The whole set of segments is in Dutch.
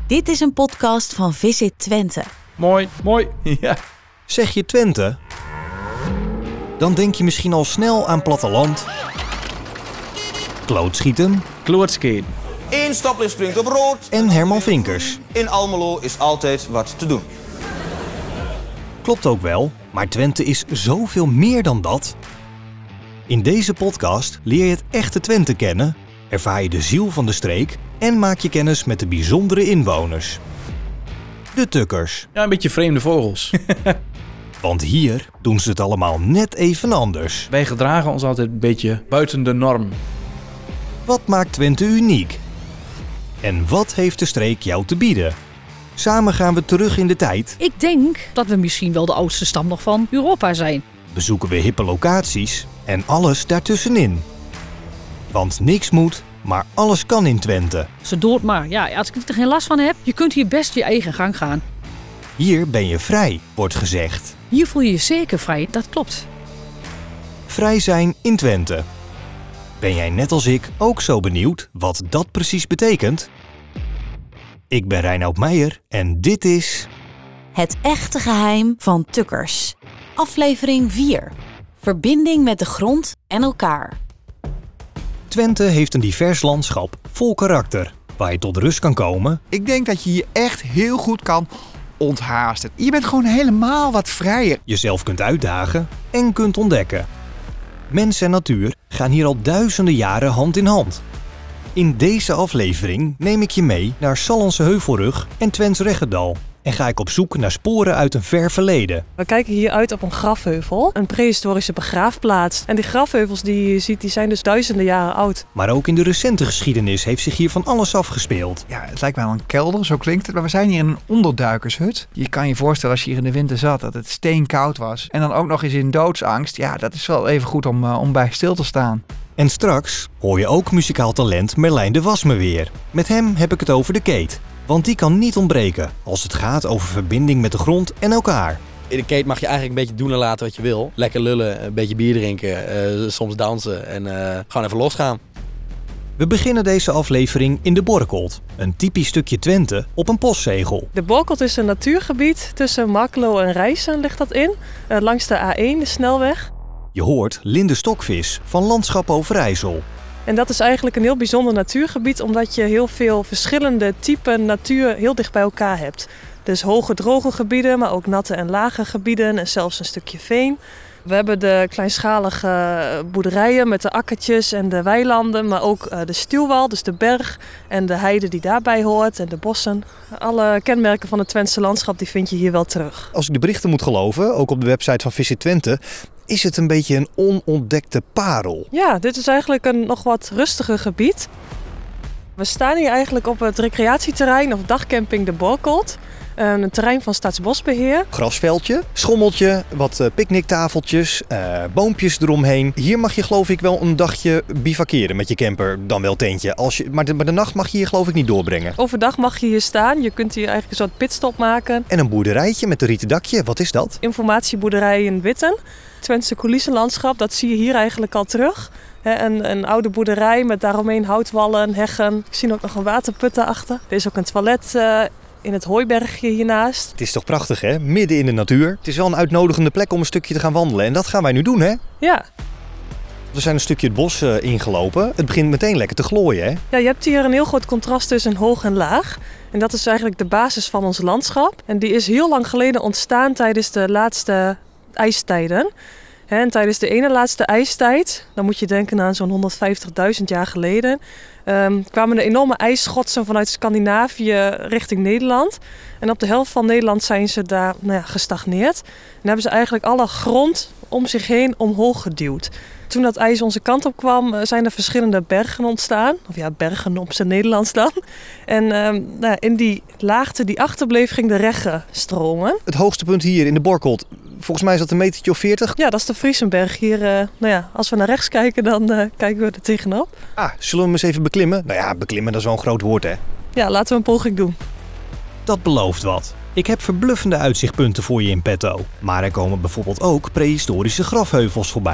Dit is een podcast van Visit Twente. Mooi. Ja. Zeg je Twente? Dan denk je misschien al snel aan platteland, klootschieten Klootskeen. 1 stoplicht springt op rood. en Herman Vinkers. In Almelo is altijd wat te doen. Klopt ook wel, maar Twente is zoveel meer dan dat. In deze podcast leer je het echte Twente kennen, ervaar je de ziel van de streek en maak je kennis met de bijzondere inwoners. De Tukkers. Ja, een beetje vreemde vogels. Want hier doen ze het allemaal net even anders. Wij gedragen ons altijd een beetje buiten de norm. Wat maakt Twente uniek? En wat heeft de streek jou te bieden? Samen gaan we terug in de tijd, Ik denk dat we misschien wel de oudste stam nog van Europa zijn. bezoeken we hippe locaties en alles daartussenin. Want niks moet, maar alles kan in Twente. Ze dood maar. Ja, als ik er geen last van heb, je kunt hier best je eigen gang gaan. Hier ben je vrij, wordt gezegd. Hier voel je je zeker vrij, dat klopt. Vrij zijn in Twente. Ben jij net als ik ook zo benieuwd wat dat precies betekent? Ik ben Reinoud Meijer en dit is... Het echte geheim van Tukkers. Aflevering 4. Verbinding met de grond en elkaar. Twente heeft een divers landschap vol karakter, waar je tot rust kan komen Ik denk dat je je echt heel goed kan onthaasten. Je bent gewoon helemaal wat vrijer. jezelf kunt uitdagen en kunt ontdekken. Mens en natuur gaan hier al duizenden jaren hand in hand. In deze aflevering neem ik je mee naar Sallandse Heuvelrug en Twents Reggedal en ga ik op zoek naar sporen uit een ver verleden. We kijken hier uit op een grafheuvel, een prehistorische begraafplaats. En die grafheuvels die je ziet, die zijn dus duizenden jaren oud. Maar ook in de recente geschiedenis heeft zich hier van alles afgespeeld. Ja, het lijkt wel een kelder, zo klinkt het. Maar we zijn hier in een onderduikershut. Je kan je voorstellen als je hier in de winter zat dat het steenkoud was. En dan ook nog eens in doodsangst. Ja, dat is wel even goed om bij stil te staan. En straks hoor je ook muzikaal talent Merlijn de Wasme weer. Met hem heb ik het over de keet. Want die kan niet ontbreken als het gaat over verbinding met de grond en elkaar. In de keet mag je eigenlijk een beetje doen en laten wat je wil. Lekker lullen, een beetje bier drinken, soms dansen en gewoon even losgaan. We beginnen deze aflevering in de Borkold, een typisch stukje Twente op een postzegel. De Borkold is een natuurgebied, tussen Markelo en Rijssen ligt dat in. Langs de A1, de snelweg. Je hoort Linde Stokvis van Landschap Overijssel. En dat is eigenlijk een heel bijzonder natuurgebied, omdat je heel veel verschillende typen natuur heel dicht bij elkaar hebt. Dus hoge droge gebieden, maar ook natte en lage gebieden en zelfs een stukje veen. We hebben de kleinschalige boerderijen met de akkertjes en de weilanden, maar ook de stuwwal, dus de berg en de heide die daarbij hoort en de bossen. Alle kenmerken van het Twentse landschap die vind je hier wel terug. Als ik de berichten moet geloven, ook op de website van Visit Twente, is het een beetje een onontdekte parel. Ja, dit is eigenlijk een nog wat rustiger gebied. We staan hier eigenlijk op het recreatieterrein of dagcamping de Borkold. Een terrein van Staatsbosbeheer. Grasveldje, schommeltje, wat picknicktafeltjes, boompjes eromheen. Hier mag je geloof ik wel een dagje bivakeren met je camper, dan wel tentje. Maar de nacht mag je hier geloof ik niet doorbrengen. Overdag mag je hier staan. Je kunt hier eigenlijk een soort pitstop maken. En een boerderijtje met een rieten dakje, wat is dat? Informatieboerderij in Witten. Twentse coulissenlandschap, dat zie je hier eigenlijk al terug. Een oude boerderij met daaromheen houtwallen, heggen. Ik zie ook nog een waterput daarachter. Er is ook een toilet in het hooibergje hiernaast. Het is toch prachtig hè, midden in de natuur. Het is wel een uitnodigende plek om een stukje te gaan wandelen en dat gaan wij nu doen hè. Ja. We zijn een stukje het bos ingelopen. Het begint meteen lekker te glooien hè. Ja, je hebt hier een heel groot contrast tussen hoog en laag. En dat is eigenlijk de basis van ons landschap. En die is heel lang geleden ontstaan tijdens de laatste ijstijden. En tijdens de ene laatste ijstijd, dan moet je denken aan zo'n 150.000 jaar geleden, kwamen er enorme ijsschotsen vanuit Scandinavië richting Nederland. En op de helft van Nederland zijn ze daar gestagneerd. En hebben ze eigenlijk alle grond om zich heen omhoog geduwd. Toen dat ijs onze kant op kwam, zijn er verschillende bergen ontstaan. Of ja, bergen op zijn Nederlands dan. En in die laagte die achterbleef, ging de Regge stromen. Het hoogste punt hier in de Borkold, volgens mij is dat een metertje of 40. Ja, dat is de Friesenberg. Hier, als we naar rechts kijken, dan kijken we er tegenop. Ah, zullen we hem eens even beklimmen? Nou ja, beklimmen, dat is wel een groot woord hè. Ja, laten we een poging doen. Dat belooft wat. Ik heb verbluffende uitzichtpunten voor je in petto. Maar er komen bijvoorbeeld ook prehistorische grafheuvels voorbij.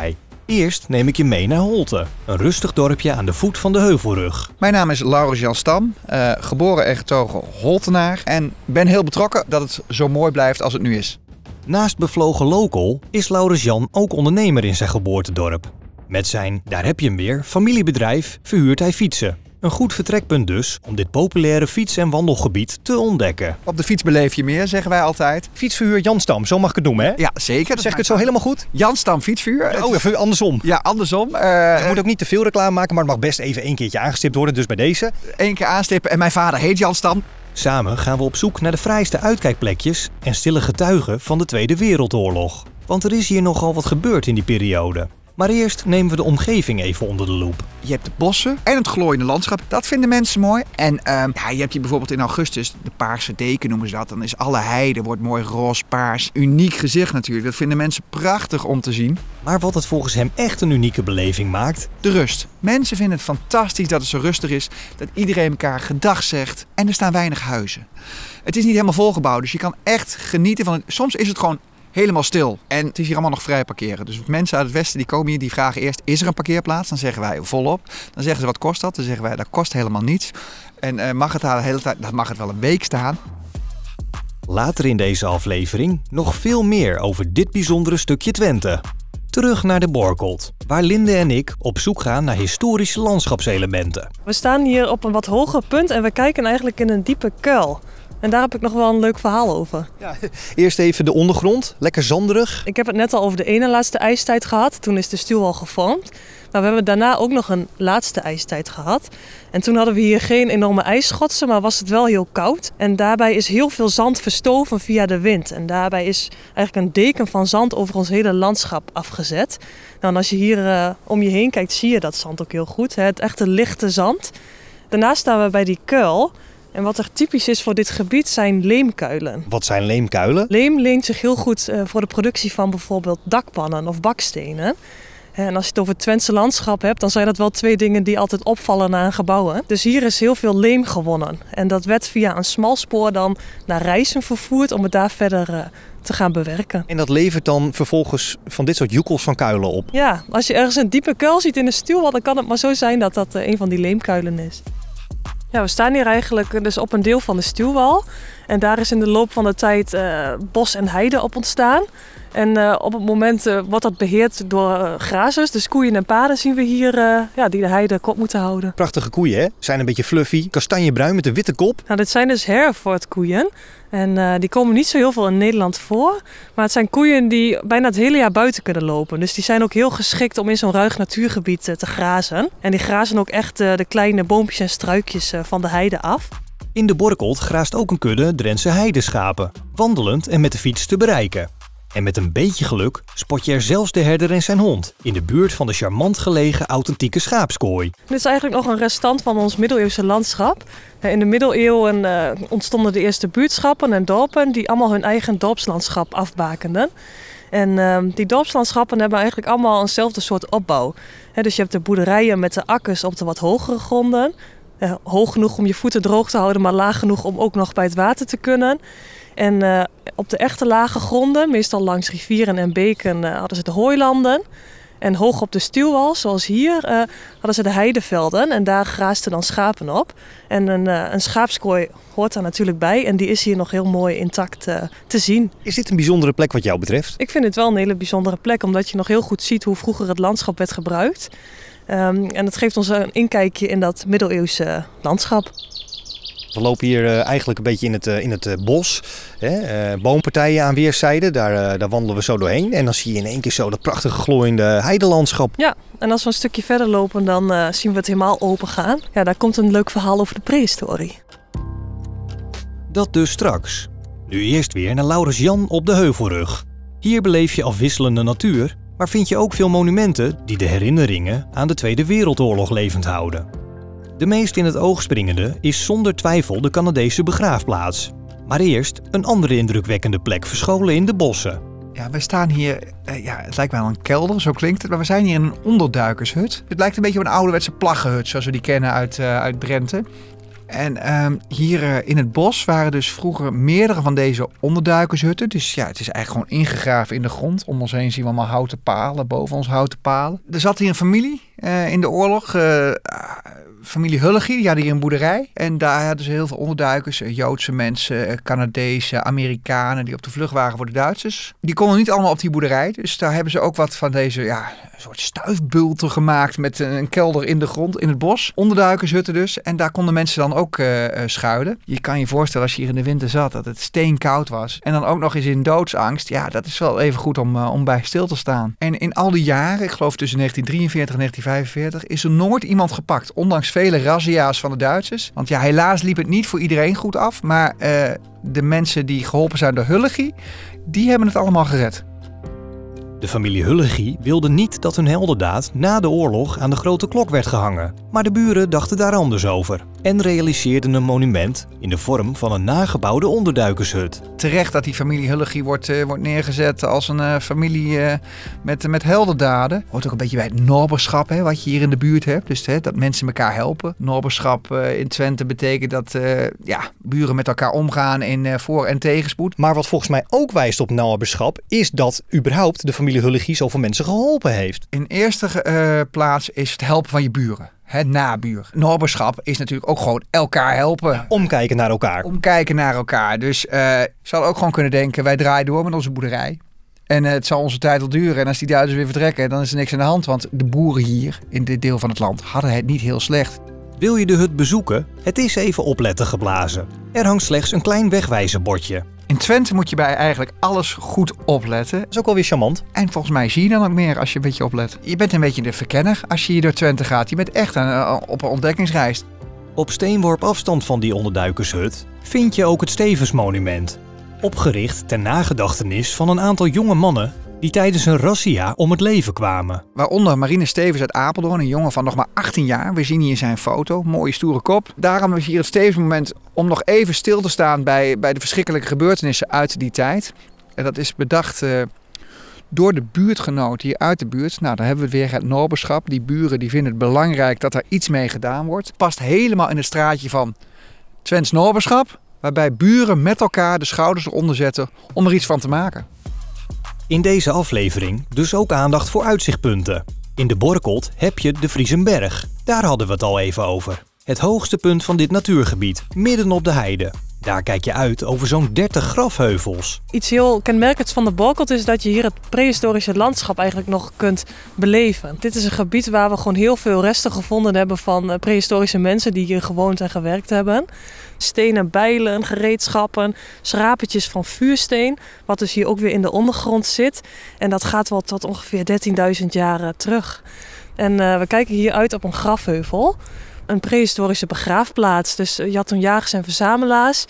Eerst neem ik je mee naar Holte, een rustig dorpje aan de voet van de Heuvelrug. Mijn naam is Laurens Jan Stam, geboren en getogen Holtenaar. En ben heel betrokken dat het zo mooi blijft als het nu is. Naast bevlogen local is Laurens Jan ook ondernemer in zijn geboortedorp. Met zijn, daar heb je hem weer, familiebedrijf verhuurt hij fietsen. Een goed vertrekpunt dus om dit populaire fiets- en wandelgebied te ontdekken. Op de fiets beleef je meer, zeggen wij altijd. Fietsverhuur Jan Stam, zo mag ik het noemen, hè? Ja, zeker. Zeg ik het zo helemaal goed? Jan Stam Fietsverhuur. Oh, even andersom. Ja, andersom. Je moet ook niet te veel reclame maken, maar het mag best even 1 keertje aangestipt worden. Dus bij deze. 1 keer aanstippen en mijn vader heet Jan Stam. Samen gaan we op zoek naar de fraaiste uitkijkplekjes en stille getuigen van de Tweede Wereldoorlog. Want er is hier nogal wat gebeurd in die periode. Maar eerst nemen we de omgeving even onder de loep. Je hebt de bossen en het glooiende landschap. Dat vinden mensen mooi. En je hebt hier bijvoorbeeld in augustus de Paarse Deken noemen ze dat. Dan is alle heide, wordt mooi roze, paars. Uniek gezicht natuurlijk. Dat vinden mensen prachtig om te zien. Maar wat het volgens hem echt een unieke beleving maakt... De rust. Mensen vinden het fantastisch dat het zo rustig is. Dat iedereen elkaar gedag zegt. En er staan weinig huizen. Het is niet helemaal volgebouwd. Dus je kan echt genieten van het. Soms is het gewoon helemaal stil. En het is hier allemaal nog vrij parkeren. Dus mensen uit het westen die komen hier, die vragen eerst, is er een parkeerplaats? Dan zeggen wij volop. Dan zeggen ze, wat kost dat? Dan zeggen wij, dat kost helemaal niets. En mag het daar de hele tijd? Dat mag het wel een week staan. Later in deze aflevering nog veel meer over dit bijzondere stukje Twente. Terug naar de Borchold, waar Linde en ik op zoek gaan naar historische landschapselementen. We staan hier op een wat hoger punt en we kijken eigenlijk in een diepe kuil. En daar heb ik nog wel een leuk verhaal over. Ja, eerst even de ondergrond, lekker zanderig. Ik heb het net al over de ene laatste ijstijd gehad. Toen is de stuwwal gevormd. Maar we hebben daarna ook nog een laatste ijstijd gehad. En toen hadden we hier geen enorme ijsschotsen, maar was het wel heel koud. En daarbij is heel veel zand verstoven via de wind. En daarbij is eigenlijk een deken van zand over ons hele landschap afgezet. Nou, en als je hier om je heen kijkt, zie je dat zand ook heel goed. Het echte lichte zand. Daarnaast staan we bij die kuil. En wat er typisch is voor dit gebied zijn leemkuilen. Wat zijn leemkuilen? Leem leent zich heel goed voor de productie van bijvoorbeeld dakpannen of bakstenen. En als je het over het Twentse landschap hebt, dan zijn dat wel 2 dingen die altijd opvallen aan gebouwen. Dus hier is heel veel leem gewonnen. En dat werd via een smalspoor dan naar Rijssen vervoerd om het daar verder te gaan bewerken. En dat levert dan vervolgens van dit soort joekels van kuilen op? Ja, als je ergens een diepe kuil ziet in de stuwwal, dan kan het maar zo zijn dat dat een van die leemkuilen is. Ja, we staan hier eigenlijk dus op een deel van de stuwwal. En daar is in de loop van de tijd bos en heide op ontstaan. En op het moment wordt dat beheerd door grazers. Dus koeien en paarden zien we hier die de heide kop moeten houden. Prachtige koeien, hè? Zijn een beetje fluffy, kastanjebruin met een witte kop. Nou, dit zijn dus Hereford koeien. En die komen niet zo heel veel in Nederland voor. Maar het zijn koeien die bijna het hele jaar buiten kunnen lopen. Dus die zijn ook heel geschikt om in zo'n ruig natuurgebied te grazen. En die grazen ook echt de kleine boompjes en struikjes van de heide af. In de Borchold graast ook een kudde Drentse heideschapen. Wandelend en met de fiets te bereiken. En met een beetje geluk spot je er zelfs de herder en zijn hond. In de buurt van de charmant gelegen authentieke schaapskooi. Dit is eigenlijk nog een restant van ons middeleeuwse landschap. In de middeleeuwen ontstonden de eerste buurtschappen en dorpen die allemaal hun eigen dorpslandschap afbakenden. En die dorpslandschappen hebben eigenlijk allemaal eenzelfde soort opbouw. Dus je hebt de boerderijen met de akkers op de wat hogere gronden. Hoog genoeg om je voeten droog te houden, maar laag genoeg om ook nog bij het water te kunnen. En op de echte lage gronden, meestal langs rivieren en beken, hadden ze de hooilanden. En hoog op de stuwwal, zoals hier, hadden ze de heidevelden. En daar graasden dan schapen op. En een schaapskooi hoort daar natuurlijk bij. En die is hier nog heel mooi intact te zien. Is dit een bijzondere plek wat jou betreft? Ik vind het wel een hele bijzondere plek, omdat je nog heel goed ziet hoe vroeger het landschap werd gebruikt. En het geeft ons een inkijkje in dat middeleeuwse landschap. We lopen hier eigenlijk een beetje in het bos. Boompartijen aan weerszijden, daar wandelen we zo doorheen. En dan zie je in één keer zo dat prachtige glooiende heidelandschap. Ja, en als we een stukje verder lopen, dan zien we het helemaal open gaan. Ja, daar komt een leuk verhaal over de prehistorie. Dat dus straks. Nu eerst weer naar Laurens Jan op de Heuvelrug. Hier beleef je afwisselende natuur, maar vind je ook veel monumenten die de herinneringen aan de Tweede Wereldoorlog levend houden. De meest in het oog springende is zonder twijfel de Canadese begraafplaats. Maar eerst een andere indrukwekkende plek verscholen in de bossen. Ja, we staan hier, het lijkt wel een kelder, zo klinkt het, maar we zijn hier in een onderduikershut. Het lijkt een beetje op een ouderwetse plaggenhut, zoals we die kennen uit Drenthe. En hier in het bos waren dus vroeger meerdere van deze onderduikershutten. Dus ja, het is eigenlijk gewoon ingegraven in de grond. Om ons heen zien we allemaal houten palen, boven ons houten palen. Er zat hier een familie in de oorlog. Familie Hullegie, die hadden hier een boerderij. En daar hadden ze heel veel onderduikers. Joodse mensen, Canadezen, Amerikanen die op de vlucht waren voor de Duitsers. Die konden niet allemaal op die boerderij. Dus daar hebben ze ook wat van deze een soort stuifbulten gemaakt met een kelder in de grond, in het bos. Onderduikershutten dus. En daar konden mensen dan ook schuilen. Je kan je voorstellen als je hier in de winter zat, dat het steenkoud was. En dan ook nog eens in doodsangst. Ja, dat is wel even goed om bij stil te staan. En in al die jaren, ik geloof tussen 1943 en 1945, is er nooit iemand gepakt. Ondanks vele razzia's van de Duitsers. Want ja, helaas liep het niet voor iedereen goed af. Maar de mensen die geholpen zijn door Hullegie, die hebben het allemaal gered. De familie Hullegie wilde niet dat hun heldendaad na de oorlog aan de grote klok werd gehangen. Maar de buren dachten daar anders over en realiseerden een monument in de vorm van een nagebouwde onderduikershut. Terecht dat die familie Hullegie wordt neergezet als een familie met heldendaden. Hoort ook een beetje bij het Norberschap, wat je hier in de buurt hebt. Dus dat mensen elkaar helpen. Norberschap in Twente betekent dat buren met elkaar omgaan in voor- en tegenspoed. Maar wat volgens mij ook wijst op Norberschap is dat überhaupt de familie Hullegie zoveel mensen geholpen heeft. In eerste plaats is het helpen van je buren. Het nabuur. Norberschap is natuurlijk ook gewoon elkaar helpen. Ja, omkijken naar elkaar. Dus je zou ook gewoon kunnen denken, wij draaien door met onze boerderij. En het zal onze tijd wel duren. En als die Duitsers weer vertrekken, dan is er niks aan de hand. Want de boeren hier, in dit deel van het land, hadden het niet heel slecht. Wil je de hut bezoeken? Het is even opletten geblazen. Er hangt slechts een klein wegwijzerbordje. In Twente moet je bij eigenlijk alles goed opletten. Dat is ook wel weer charmant. En volgens mij zie je dan ook meer als je een beetje oplet. Je bent een beetje de verkenner als je hier door Twente gaat. Je bent echt op een ontdekkingsreis. Op steenworp afstand van die onderduikershut vind je ook het Stevensmonument. Opgericht ter nagedachtenis van een aantal jonge mannen die tijdens een razzia om het leven kwamen. Waaronder Marine Stevens uit Apeldoorn, een jongen van nog maar 18 jaar. We zien hier zijn foto, mooie stoere kop. Daarom is hier het Stevensmoment om nog even stil te staan bij de verschrikkelijke gebeurtenissen uit die tijd. En dat is bedacht door de buurtgenoten hier uit de buurt. Nou, dan hebben we weer het Norberschap. Die buren die vinden het belangrijk dat er iets mee gedaan wordt. Past helemaal in het straatje van Twents Norberschap, waarbij buren met elkaar de schouders eronder zetten om er iets van te maken. In deze aflevering dus ook aandacht voor uitzichtpunten. In de Borkelt heb je de Friesenberg. Daar hadden we het al even over. Het hoogste punt van dit natuurgebied, midden op de heide. Daar kijk je uit over zo'n 30 grafheuvels. Iets heel kenmerkends van de Borkelt is dat je hier het prehistorische landschap eigenlijk nog kunt beleven. Dit is een gebied waar we gewoon heel veel resten gevonden hebben van prehistorische mensen die hier gewoond en gewerkt hebben. Stenen bijlen, gereedschappen, schrapertjes van vuursteen, wat dus hier ook weer in de ondergrond zit. En dat gaat wel tot ongeveer 13.000 jaar terug. En we kijken hier uit op een grafheuvel. Een prehistorische begraafplaats. Dus je had toen jagers en verzamelaars.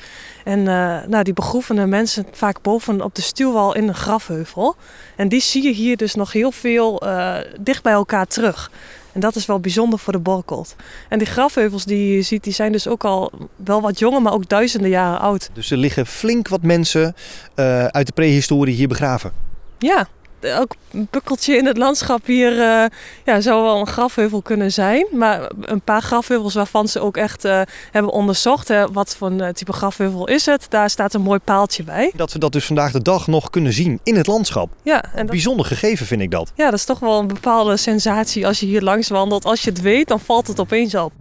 En die begroeven de mensen vaak boven op de stuwwal in een grafheuvel. En die zie je hier dus nog heel veel dicht bij elkaar terug. En dat is wel bijzonder voor de Borkelt. En die grafheuvels die je ziet, die zijn dus ook al wel wat jonger, maar ook duizenden jaren oud. Dus er liggen flink wat mensen uit de prehistorie hier begraven. Ja. Elk bukkeltje in het landschap hier zou wel een grafheuvel kunnen zijn. Maar een paar grafheuvels waarvan ze ook echt hebben onderzocht. Wat voor een type grafheuvel is het? Daar staat een mooi paaltje bij. Dat we dat dus vandaag de dag nog kunnen zien in het landschap. Ja, en dat... Bijzonder gegeven vind ik dat. Ja, dat is toch wel een bepaalde sensatie als je hier langs wandelt. Als je het weet, dan valt het opeens op.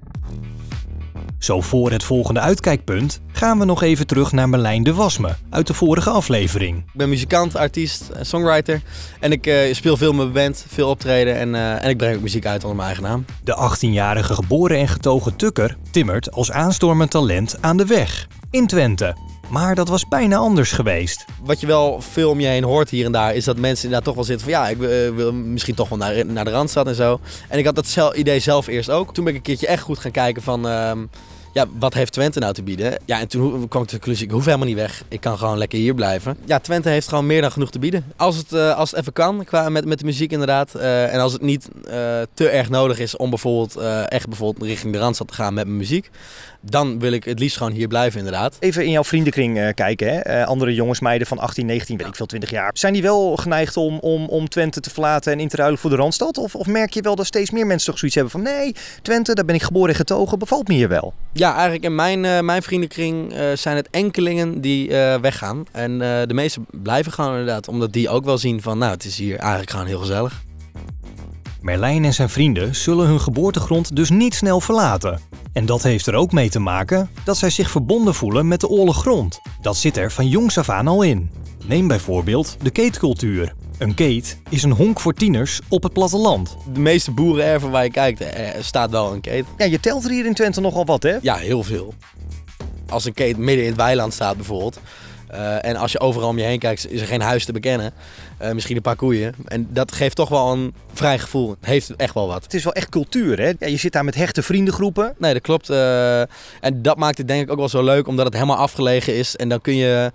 Zo voor het volgende uitkijkpunt gaan we nog even terug naar Merlijn de Wasme uit de vorige aflevering. Ik ben muzikant, artiest, songwriter en ik speel veel met mijn band, veel optreden en ik breng ook muziek uit onder mijn eigen naam. De 18-jarige geboren en getogen Tukker timmert als aanstormend talent aan de weg in Twente. Maar dat was bijna anders geweest. Wat je wel veel om je heen hoort hier en daar is dat mensen inderdaad toch wel zitten van ik wil misschien toch wel naar de Randstad en zo. En ik had dat idee zelf eerst ook. Toen ben ik een keertje echt goed gaan kijken van wat heeft Twente nou te bieden? Ja, en toen kwam ik tot de conclusie, ik hoef helemaal niet weg. Ik kan gewoon lekker hier blijven. Ja, Twente heeft gewoon meer dan genoeg te bieden. Als het even kan, met de muziek inderdaad. En als het niet te erg nodig is om bijvoorbeeld richting de Randstad te gaan met mijn muziek. Dan wil ik het liefst gewoon hier blijven inderdaad. Even in jouw vriendenkring kijken. Hè? Andere jongens, meiden van 18, 19, weet ik veel, 20 jaar. Zijn die wel geneigd om Twente te verlaten en in te ruilen voor de Randstad? Of merk je wel dat steeds meer mensen toch zoiets hebben van nee, Twente, daar ben ik geboren en getogen, bevalt me hier wel? Ja, eigenlijk in mijn vriendenkring zijn het enkelingen die weggaan. En de meeste blijven gewoon inderdaad. Omdat die ook wel zien van, nou, het is hier eigenlijk gewoon heel gezellig. Merlijn en zijn vrienden zullen hun geboortegrond dus niet snel verlaten. En dat heeft er ook mee te maken dat zij zich verbonden voelen met de oorlog grond. Dat zit er van jongs af aan al in. Neem bijvoorbeeld de keetcultuur. Een keet is een honk voor tieners op het platteland. De meeste boerenerven waar je kijkt, staat wel een keet. Ja, je telt er hier in Twente nogal wat, hè? Ja, heel veel. Als een keet midden in het weiland staat bijvoorbeeld. En als je overal om je heen kijkt, is er geen huis te bekennen. Misschien een paar koeien. En dat geeft toch wel een vrij gevoel. Het heeft echt wel wat. Het is wel echt cultuur, hè? Ja, je zit daar met hechte vriendengroepen. Nee, dat klopt. En dat maakt het denk ik ook wel zo leuk, omdat het helemaal afgelegen is. En dan kun je...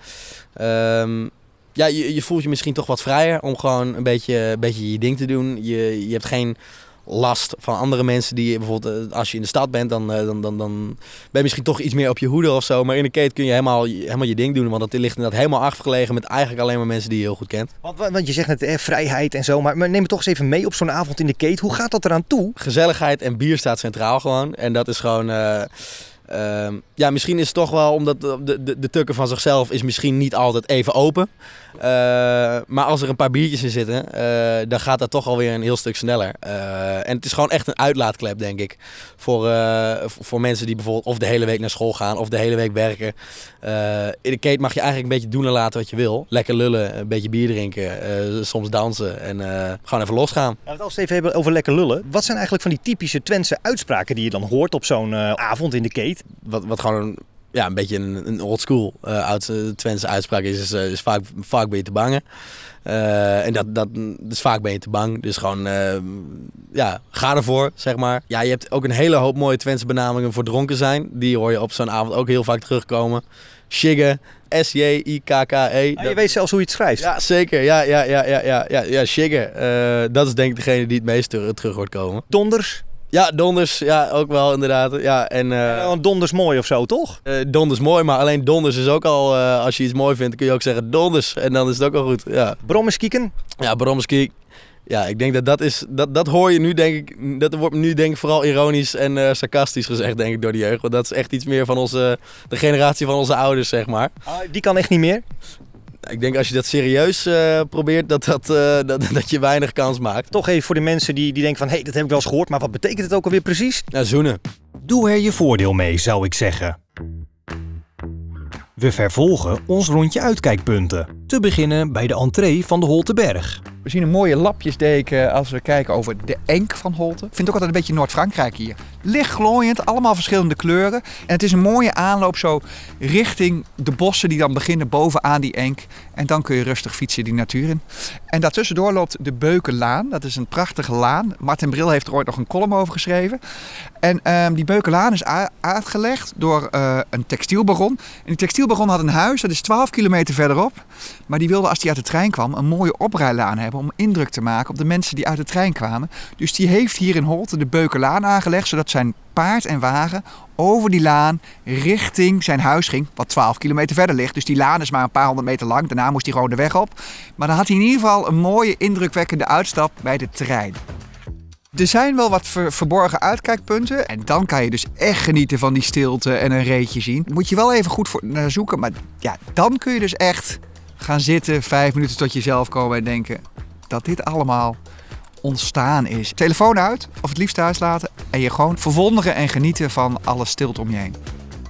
je voelt je misschien toch wat vrijer om gewoon een beetje je ding te doen. Je hebt geen last van andere mensen die bijvoorbeeld, als je in de stad bent, dan ben je misschien toch iets meer op je hoede of zo. Maar in de keet kun je helemaal je ding doen, want het ligt inderdaad helemaal afgelegen met eigenlijk alleen maar mensen die je heel goed kent. Want je zegt net vrijheid en zo, maar neem het toch eens even mee op zo'n avond in de keet. Hoe gaat dat eraan toe? Gezelligheid en bier staat centraal gewoon. En dat is gewoon... misschien is het toch wel omdat de tukker van zichzelf is misschien niet altijd even open. Maar als er een paar biertjes in zitten, dan gaat dat toch alweer een heel stuk sneller. En het is gewoon echt een uitlaatklep, denk ik. Voor mensen die bijvoorbeeld of de hele week naar school gaan of de hele week werken. In de keet mag je eigenlijk een beetje doen en laten wat je wil. Lekker lullen, een beetje bier drinken, soms dansen en gewoon even losgaan. Ja, als we het even hebben over lekker lullen. Wat zijn eigenlijk van die typische Twentse uitspraken die je dan hoort op zo'n avond in de keet? Wat gewoon een beetje een old school oud Twentse uitspraak is vaak ben je te bangen. En dat is vaak ben je te bang. Dus gewoon, ga ervoor, zeg maar. Ja, je hebt ook een hele hoop mooie Twentse benamingen voor dronken zijn. Die hoor je op zo'n avond ook heel vaak terugkomen. Shigge, S-J-I-K-K-E. Je weet zelfs hoe je het schrijft. Ja, zeker. Ja, Shigge. Dat is denk ik degene die het meest terug hoort komen. Donders? Ja, donders. Ja, ook wel inderdaad. Ja, en, donders mooi of zo, toch? Donders mooi, maar alleen donders is ook al... als je iets mooi vindt, kun je ook zeggen donders. En dan is het ook al goed. Ja. Brommeskieken? Ja, brommeskiek. Ja, ik denk dat hoor je nu denk ik... Dat wordt nu denk ik vooral ironisch en sarcastisch gezegd, denk ik, door de jeugd. Want dat is echt iets meer van de generatie van onze ouders, zeg maar. Die kan echt niet meer? Ik denk als je dat serieus probeert, dat je weinig kans maakt. Toch even voor de mensen die denken van, dat heb ik wel eens gehoord, maar wat betekent het ook alweer precies? Nou, zoenen. Doe er je voordeel mee, zou ik zeggen. We vervolgen ons rondje uitkijkpunten. Te beginnen bij de entree van de Holteberg. We zien een mooie lapjesdeken als we kijken over de Enk van Holte. Ik vind het ook altijd een beetje Noord-Frankrijk hier. Lichtglooiend, allemaal verschillende kleuren. En het is een mooie aanloop zo richting de bossen die dan beginnen bovenaan die Enk. En dan kun je rustig fietsen die natuur in. En daartussendoor loopt de Beukenlaan. Dat is een prachtige laan. Martin Bril heeft er ooit nog een column over geschreven. En die Beukenlaan is aangelegd door een textielbaron. En die textielbaron had een huis, dat is 12 kilometer verderop. Maar die wilde als hij uit de trein kwam een mooie oprijlaan hebben om indruk te maken op de mensen die uit de trein kwamen. Dus die heeft hier in Holte de Beukenlaan aangelegd, zodat zijn paard en wagen over die laan richting zijn huis ging, wat 12 kilometer verder ligt. Dus die laan is maar een paar honderd meter lang. Daarna moest hij gewoon de weg op. Maar dan had hij in ieder geval een mooie, indrukwekkende uitstap bij de trein. Er zijn wel wat verborgen uitkijkpunten. En dan kan je dus echt genieten van die stilte en een reetje zien. Moet je wel even goed naar zoeken. Maar ja, dan kun je dus echt gaan zitten, 5 minuten tot jezelf komen en denken dat dit allemaal ontstaan is. Telefoon uit, of het liefst thuis laten. En je gewoon verwonderen en genieten van alle stilte om je heen.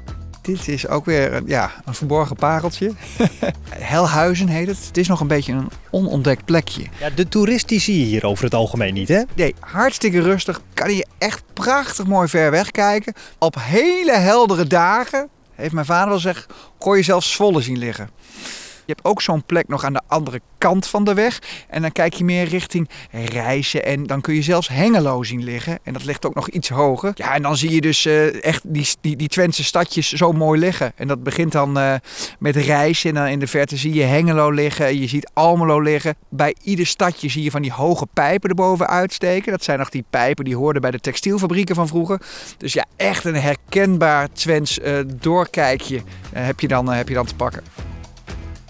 Dit is ook weer een verborgen pareltje. Helhuizen heet het. Het is nog een beetje een onontdekt plekje. Ja, de toerist die zie je hier over het algemeen niet, hè? Nee, hartstikke rustig. Kan je echt prachtig mooi ver weg kijken. Op hele heldere dagen, heeft mijn vader wel gezegd, kon je zelfs Zwolle zien liggen. Je hebt ook zo'n plek nog aan de andere kant van de weg. En dan kijk je meer richting Rijssen. En dan kun je zelfs Hengelo zien liggen. En dat ligt ook nog iets hoger. Ja, en dan zie je dus echt die Twentse stadjes zo mooi liggen. En dat begint dan met Rijssen. En dan in de verte zie je Hengelo liggen. Je ziet Almelo liggen. Bij ieder stadje zie je van die hoge pijpen erboven uitsteken. Dat zijn nog die pijpen die hoorden bij de textielfabrieken van vroeger. Dus ja, echt een herkenbaar Twents doorkijkje heb je dan te pakken.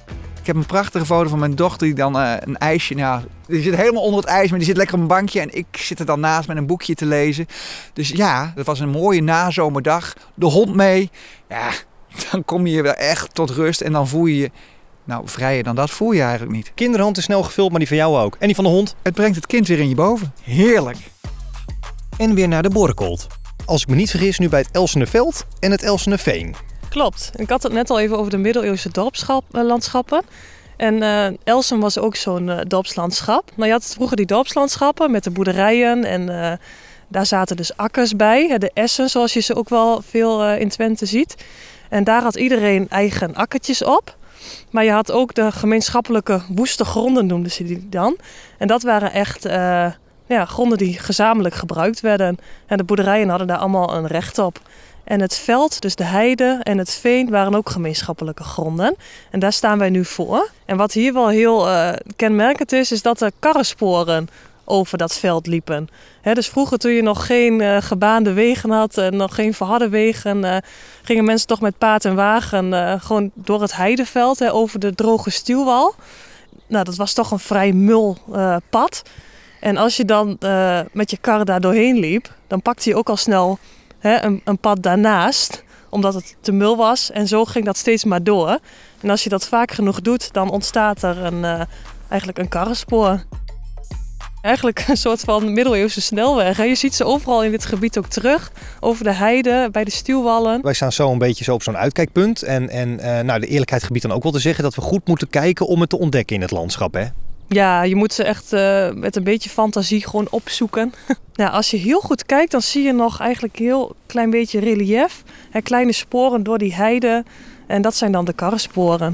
heb een prachtige foto van mijn dochter die dan een ijsje... Nou, die zit helemaal onder het ijs, maar die zit lekker op een bankje. En ik zit er dan naast met een boekje te lezen. Dus ja, dat was een mooie nazomerdag. De hond mee. Ja, dan kom je weer echt tot rust en dan voel je je... Nou, vrijer dan dat voel je eigenlijk niet. Kinderhand is snel gevuld, maar die van jou ook. En die van de hond? Het brengt het kind weer in je boven. Heerlijk. En weer naar de Borrekold. Als ik me niet vergis, nu bij het Elsenerveld en het Elsenerveen. Klopt. Ik had het net al even over de middeleeuwse dorpslandschappen. En Elsum was ook zo'n dorpslandschap. Nou, je had vroeger die dorpslandschappen met de boerderijen en daar zaten dus akkers bij. De essen, zoals je ze ook wel veel in Twente ziet. En daar had iedereen eigen akkertjes op. Maar je had ook de gemeenschappelijke woeste gronden, noemden ze die dan. En dat waren echt gronden die gezamenlijk gebruikt werden. En de boerderijen hadden daar allemaal een recht op. En het veld, dus de heide en het veen, waren ook gemeenschappelijke gronden. En daar staan wij nu voor. En wat hier wel heel kenmerkend is dat er karrensporen over dat veld liepen. Dus vroeger, toen je nog geen gebaande wegen had en nog geen verharde wegen, gingen mensen toch met paard en wagen gewoon door het heideveld over de droge stuwwal. Nou, dat was toch een vrij mul pad. En als je dan met je kar daar doorheen liep, dan pakte je ook al snel een pad daarnaast, omdat het te mul was. En zo ging dat steeds maar door. En als je dat vaak genoeg doet, dan ontstaat er eigenlijk een karrenspoor. Eigenlijk een soort van middeleeuwse snelweg. Je ziet ze overal in dit gebied ook terug. Over de heide, bij de stuwwallen. Wij staan zo een beetje op zo'n uitkijkpunt. En de eerlijkheid gebied dan ook wel te zeggen dat we goed moeten kijken om het te ontdekken in het landschap, hè? Ja, je moet ze echt met een beetje fantasie gewoon opzoeken. Nou, als je heel goed kijkt, dan zie je nog eigenlijk een heel klein beetje reliëf. Kleine sporen door die heide. En dat zijn dan de karrensporen.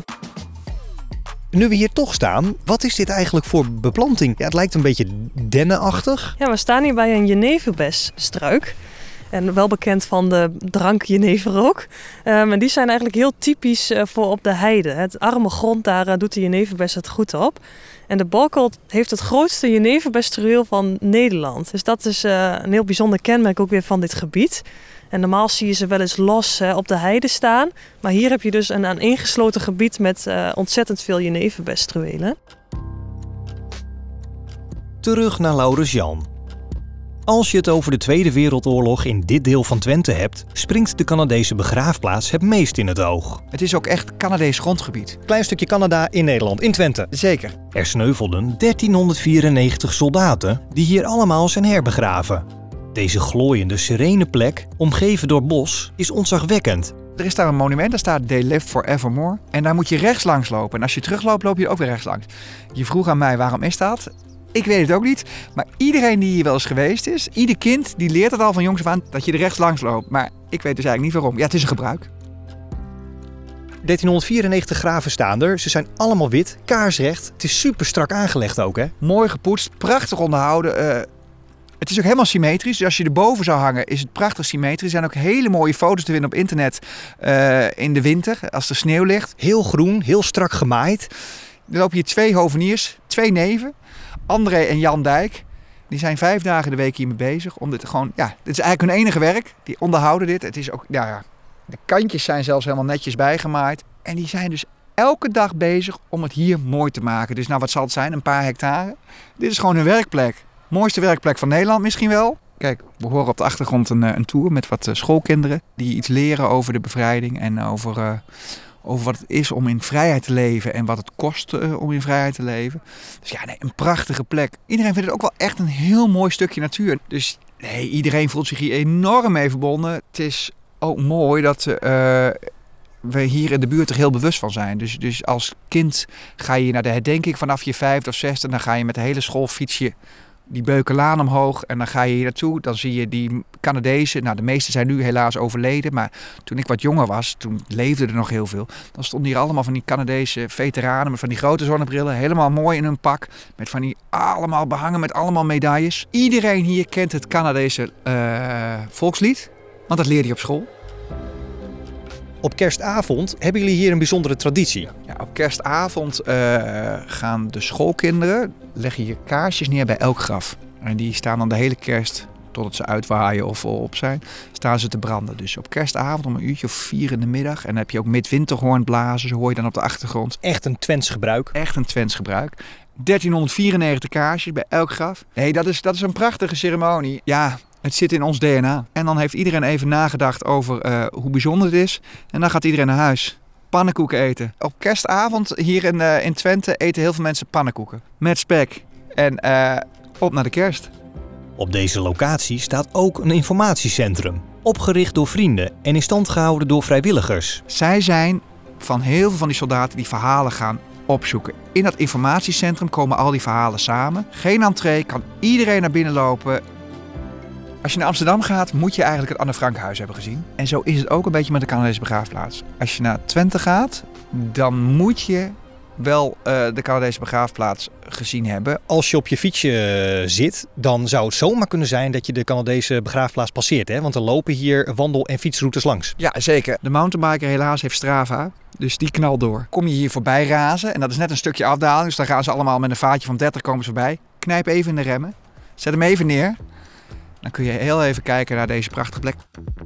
Nu we hier toch staan, wat is dit eigenlijk voor beplanting? Ja, het lijkt een beetje dennenachtig. Ja, we staan hier bij een jeneverbesstruik. En wel bekend van de drank jenever ook. En die zijn eigenlijk heel typisch voor op de heide. Het arme grond, daar doet de jeneverbes het goed op. En de Borrekold heeft het grootste jeneverbestrueel van Nederland. Dus dat is een heel bijzonder kenmerk ook weer van dit gebied. En normaal zie je ze wel eens los op de heide staan. Maar hier heb je dus een aaneengesloten gebied met ontzettend veel jeneverbestruelen. Terug naar Laurens Jan. Als je het over de Tweede Wereldoorlog in dit deel van Twente hebt, springt de Canadese begraafplaats het meest in het oog. Het is ook echt Canadees grondgebied. Klein stukje Canada in Nederland, in Twente. Zeker. Er sneuvelden 1394 soldaten die hier allemaal zijn herbegraven. Deze glooiende, serene plek, omgeven door bos, is ontzagwekkend. Er is daar een monument, daar staat They Lived Forevermore. En daar moet je rechts langs lopen. En als je terugloopt, loop je ook weer rechts langs. Je vroeg aan mij, waarom is dat? Ik weet het ook niet, maar iedereen die hier wel eens geweest is, ieder kind, die leert het al van jongs af aan dat je er rechts langs loopt. Maar ik weet dus eigenlijk niet waarom. Ja, het is een gebruik. 1394 graven staan er. Ze zijn allemaal wit, kaarsrecht. Het is super strak aangelegd ook, hè? Mooi gepoetst, prachtig onderhouden. Het is ook helemaal symmetrisch. Dus als je erboven zou hangen, is het prachtig symmetrisch. Er zijn ook hele mooie foto's te vinden op internet in de winter, als er sneeuw ligt. Heel groen, heel strak gemaaid. Er lopen hier 2 hoveniers, 2 neven. André en Jan Dijk, die zijn 5 dagen de week hiermee bezig om dit gewoon, ja, dit is eigenlijk hun enige werk. Die onderhouden dit. Het is ook, ja, de kantjes zijn zelfs helemaal netjes bijgemaaid. En die zijn dus elke dag bezig om het hier mooi te maken. Dus nou, wat zal het zijn? Een paar hectare. Dit is gewoon hun werkplek. Mooiste werkplek van Nederland misschien wel. Kijk, we horen op de achtergrond een tour met wat schoolkinderen die iets leren over de bevrijding en over wat het is om in vrijheid te leven en wat het kost om in vrijheid te leven. Dus ja, nee, een prachtige plek. Iedereen vindt het ook wel echt een heel mooi stukje natuur. Dus nee, iedereen voelt zich hier enorm mee verbonden. Het is ook mooi dat we hier in de buurt er heel bewust van zijn. Dus als kind ga je naar de herdenking vanaf je 5e of 6e. Dan ga je met de hele school fiets je die Beukenlaan omhoog en dan ga je hier naartoe. Dan zie je die Canadezen. Nou, de meeste zijn nu helaas overleden. Maar toen ik wat jonger was, toen leefde er nog heel veel. Dan stonden hier allemaal van die Canadese veteranen met van die grote zonnebrillen. Helemaal mooi in hun pak. Met van die allemaal behangen met allemaal medailles. Iedereen hier kent het Canadese volkslied. Want dat leerde je op school. Op kerstavond hebben jullie hier een bijzondere traditie. Ja, op kerstavond gaan de schoolkinderen leggen hier kaarsjes neer bij elk graf. En die staan dan de hele kerst totdat ze uitwaaien of op zijn, staan ze te branden. Dus op kerstavond om 4:00 in de middag. En dan heb je ook midwinterhoornblazen, zo hoor je dan op de achtergrond. Echt een Twents gebruik. Echt een Twents gebruik. 1394 kaarsjes bij elk graf. Nee, dat is een prachtige ceremonie. Ja, het zit in ons DNA. En dan heeft iedereen even nagedacht over hoe bijzonder het is. En dan gaat iedereen naar huis. Pannenkoeken eten. Op kerstavond hier in Twente eten heel veel mensen pannenkoeken. Met spek. En op naar de kerst. Op deze locatie staat ook een informatiecentrum. Opgericht door vrienden en in stand gehouden door vrijwilligers. Zij zijn van heel veel van die soldaten die verhalen gaan opzoeken. In dat informatiecentrum komen al die verhalen samen. Geen entree, kan iedereen naar binnen lopen. Als je naar Amsterdam gaat, moet je eigenlijk het Anne Frankhuis hebben gezien. En zo is het ook een beetje met de Canadese begraafplaats. Als je naar Twente gaat, dan moet je wel de Canadese begraafplaats gezien hebben. Als je op je fietsje zit, dan zou het zomaar kunnen zijn dat je de Canadese begraafplaats passeert. Hè? Want er lopen hier wandel- en fietsroutes langs. Ja, zeker. De mountainbiker helaas heeft Strava. Dus die knalt door. Kom je hier voorbij razen, en dat is net een stukje afdaling. Dus dan gaan ze allemaal met een vaartje van 30 komen ze voorbij. Knijp even in de remmen. Zet hem even neer. Dan kun je heel even kijken naar deze prachtige plek.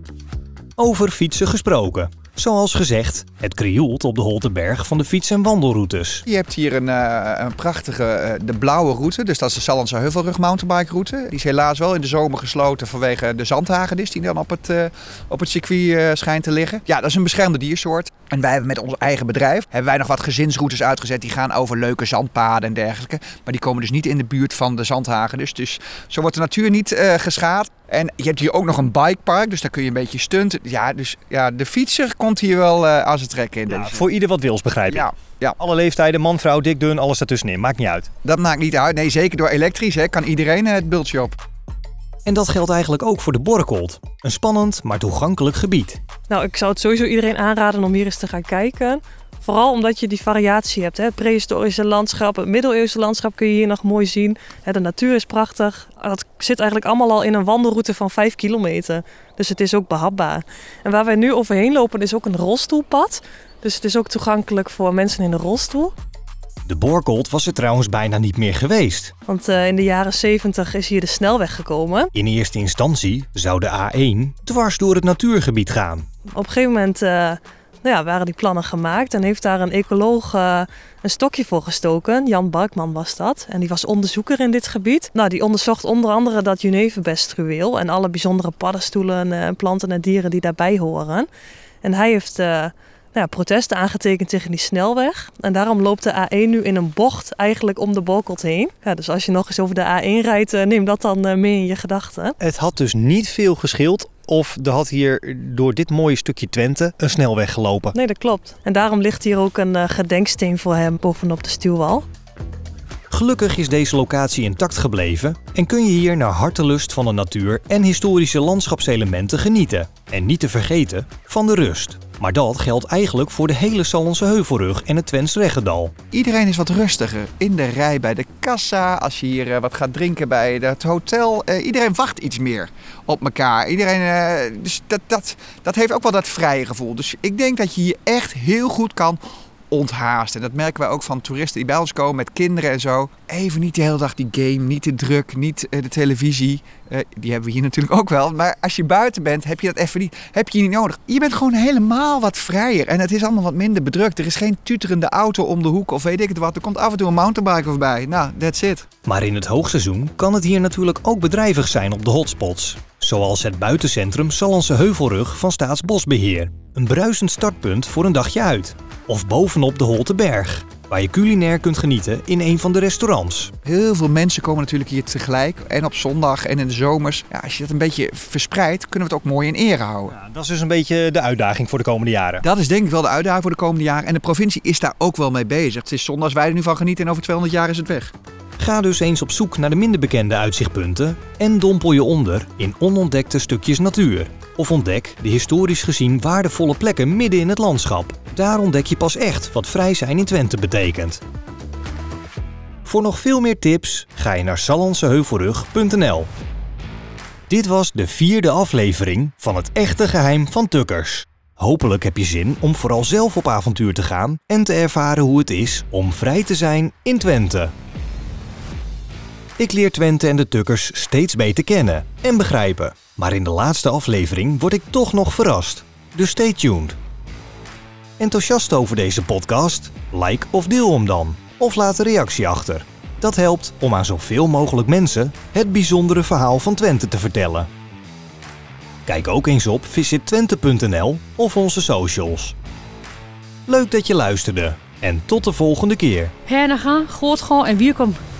Over fietsen gesproken. Zoals gezegd, het krioelt op de Holteberg van de fiets- en wandelroutes. Je hebt hier een prachtige, de blauwe route. Dus dat is de Sallandse Heuvelrug mountainbike route. Die is helaas wel in de zomer gesloten vanwege de zandhagedis die dan op het circuit schijnt te liggen. Ja, dat is een beschermde diersoort. En wij hebben met ons eigen bedrijf hebben wij nog wat gezinsroutes uitgezet. Die gaan over leuke zandpaden en dergelijke. Maar die komen dus niet in de buurt van de zandhagedis. Dus zo wordt de natuur niet geschaad. En je hebt hier ook nog een bikepark, dus daar kun je een beetje stunten. Ja, dus ja, de fietser komt hier wel aan zijn trekken in. Ja, voor ieder wat wils, begrijp ik. Ja. Alle leeftijden, man, vrouw, dik, dun, alles daartussenin. Maakt niet uit. Dat maakt niet uit. Nee, zeker door elektrisch kan iedereen het bultje op. En dat geldt eigenlijk ook voor de Borkolt. Een spannend, maar toegankelijk gebied. Nou, ik zou het sowieso iedereen aanraden om hier eens te gaan kijken. Vooral omdat je die variatie hebt. Het prehistorische landschap, het middeleeuwse landschap kun je hier nog mooi zien. De natuur is prachtig. Dat zit eigenlijk allemaal al in een wandelroute van 5 kilometer. Dus het is ook behapbaar. En waar wij nu overheen lopen is ook een rolstoelpad. Dus het is ook toegankelijk voor mensen in de rolstoel. De Borkolt was er trouwens bijna niet meer geweest. Want in de jaren 70 is hier de snelweg gekomen. In eerste instantie zou de A1 dwars door het natuurgebied gaan. Op een gegeven moment waren die plannen gemaakt en heeft daar een ecoloog een stokje voor gestoken. Jan Barkman was dat. En die was onderzoeker in dit gebied. Nou, die onderzocht onder andere dat jeneverbestruweel en alle bijzondere paddenstoelen, planten en dieren die daarbij horen. En hij heeft protesten aangetekend tegen die snelweg. En daarom loopt de A1 nu in een bocht eigenlijk om de Borkolt heen. Ja, dus als je nog eens over de A1 rijdt, neem dat dan mee in je gedachten. Het had dus niet veel gescheeld of er had hier door dit mooie stukje Twente een snelweg gelopen. Nee, dat klopt. En daarom ligt hier ook een gedenksteen voor hem bovenop de stuwwal. Gelukkig is deze locatie intact gebleven en kun je hier naar hartelust van de natuur en historische landschapselementen genieten. En niet te vergeten van de rust. Maar dat geldt eigenlijk voor de hele Sallandse Heuvelrug en het Twents Reggedal. Iedereen is wat rustiger. In de rij bij de kassa, als je hier wat gaat drinken bij het hotel. Iedereen wacht iets meer op elkaar. Iedereen, dus dat heeft ook wel dat vrije gevoel. Dus ik denk dat je hier echt heel goed kan onthaasten. Dat merken wij ook van toeristen die bij ons komen met kinderen en zo. Even niet de hele dag die game, niet te druk, niet de televisie. Die hebben we hier natuurlijk ook wel. Maar als je buiten bent, heb je dat even niet. Heb je niet nodig. Je bent gewoon helemaal wat vrijer. En het is allemaal wat minder bedrukt. Er is geen tuterende auto om de hoek of weet ik het wat. Er komt af en toe een mountainbiker voorbij. Nou, that's it. Maar in het hoogseizoen kan het hier natuurlijk ook bedrijvig zijn op de hotspots. Zoals het buitencentrum Sallandse Heuvelrug van Staatsbosbeheer. Een bruisend startpunt voor een dagje uit. Of bovenop de Holteberg, waar je culinair kunt genieten in een van de restaurants. Heel veel mensen komen natuurlijk hier tegelijk. En op zondag en in de zomers. Ja, als je dat een beetje verspreidt, kunnen we het ook mooi in ere houden. Ja, dat is dus een beetje de uitdaging voor de komende jaren. Dat is denk ik wel de uitdaging voor de komende jaren. En de provincie is daar ook wel mee bezig. Het is zonde als wij er nu van genieten en over 200 jaar is het weg. Ga dus eens op zoek naar de minder bekende uitzichtpunten en dompel je onder in onontdekte stukjes natuur. Of ontdek de historisch gezien waardevolle plekken midden in het landschap. Daar ontdek je pas echt wat vrij zijn in Twente betekent. Voor nog veel meer tips ga je naar sallandseheuvelrug.nl. Dit was de 4e aflevering van Het Echte Geheim van Tukkers. Hopelijk heb je zin om vooral zelf op avontuur te gaan en te ervaren hoe het is om vrij te zijn in Twente. Ik leer Twente en de Tukkers steeds beter kennen en begrijpen. Maar in de laatste aflevering word ik toch nog verrast. Dus stay tuned. Enthousiast over deze podcast? Like of deel hem dan. Of laat een reactie achter. Dat helpt om aan zoveel mogelijk mensen het bijzondere verhaal van Twente te vertellen. Kijk ook eens op visittwente.nl of onze socials. Leuk dat je luisterde en tot de volgende keer. Hernaga, Grootgal en Wierkom